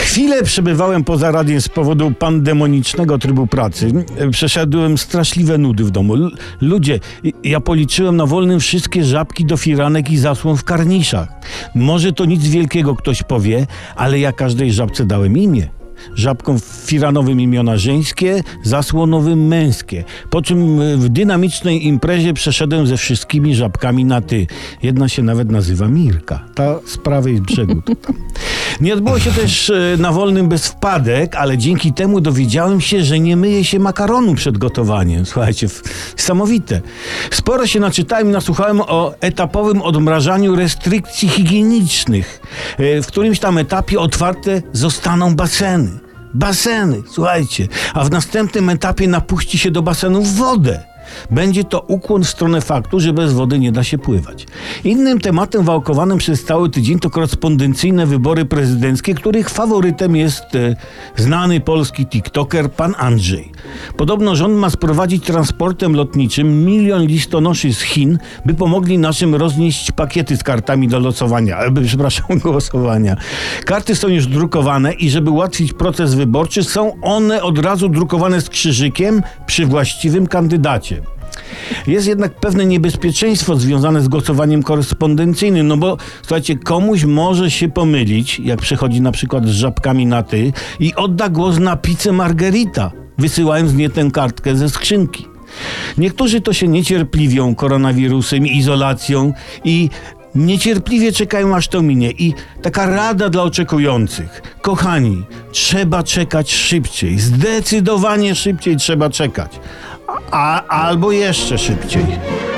Chwilę przebywałem poza radiem z powodu pandemonicznego trybu pracy. Przeszedłem straszliwe nudy w domu. Ludzie, ja policzyłem na wolnym wszystkie żabki do firanek i zasłon w karniszach. Może to nic wielkiego, ktoś powie, ale ja każdej żabce dałem imię. Żabkom firanowym imiona żeńskie, zasłonowym męskie. Po czym w dynamicznej imprezie przeszedłem ze wszystkimi żabkami na ty. Jedna się nawet nazywa Mirka. Ta z prawej brzegu. Nie odbyło się też na wolnym bez wpadek, ale dzięki temu dowiedziałem się, że nie myje się makaronu przed gotowaniem. Słuchajcie, niesamowite. Sporo się naczytałem i nasłuchałem o etapowym odmrażaniu restrykcji higienicznych. W którymś tam etapie otwarte zostaną baseny. Baseny, słuchajcie, a w następnym etapie napuści się do basenów wodę. Będzie to ukłon w stronę faktu, że bez wody nie da się pływać. Innym tematem wałkowanym przez cały tydzień to korespondencyjne wybory prezydenckie, których faworytem jest znany polski tiktoker pan Andrzej. Podobno rząd ma sprowadzić transportem lotniczym 1 000 000 listonoszy z Chin, by pomogli naszym roznieść pakiety z kartami do głosowania. Karty są już drukowane i żeby ułatwić proces wyborczy, są one od razu drukowane z krzyżykiem przy właściwym kandydacie. Jest jednak pewne niebezpieczeństwo związane z głosowaniem korespondencyjnym, no bo słuchajcie, komuś może się pomylić, jak przychodzi na przykład z żabkami na ty i odda głos na pizzę Margherita, wysyłając nie tę kartkę ze skrzynki. Niektórzy to się niecierpliwią koronawirusem i izolacją i niecierpliwie czekają, aż to minie. I taka rada dla oczekujących. Kochani, trzeba czekać szybciej. Zdecydowanie szybciej trzeba czekać. Albo jeszcze szybciej.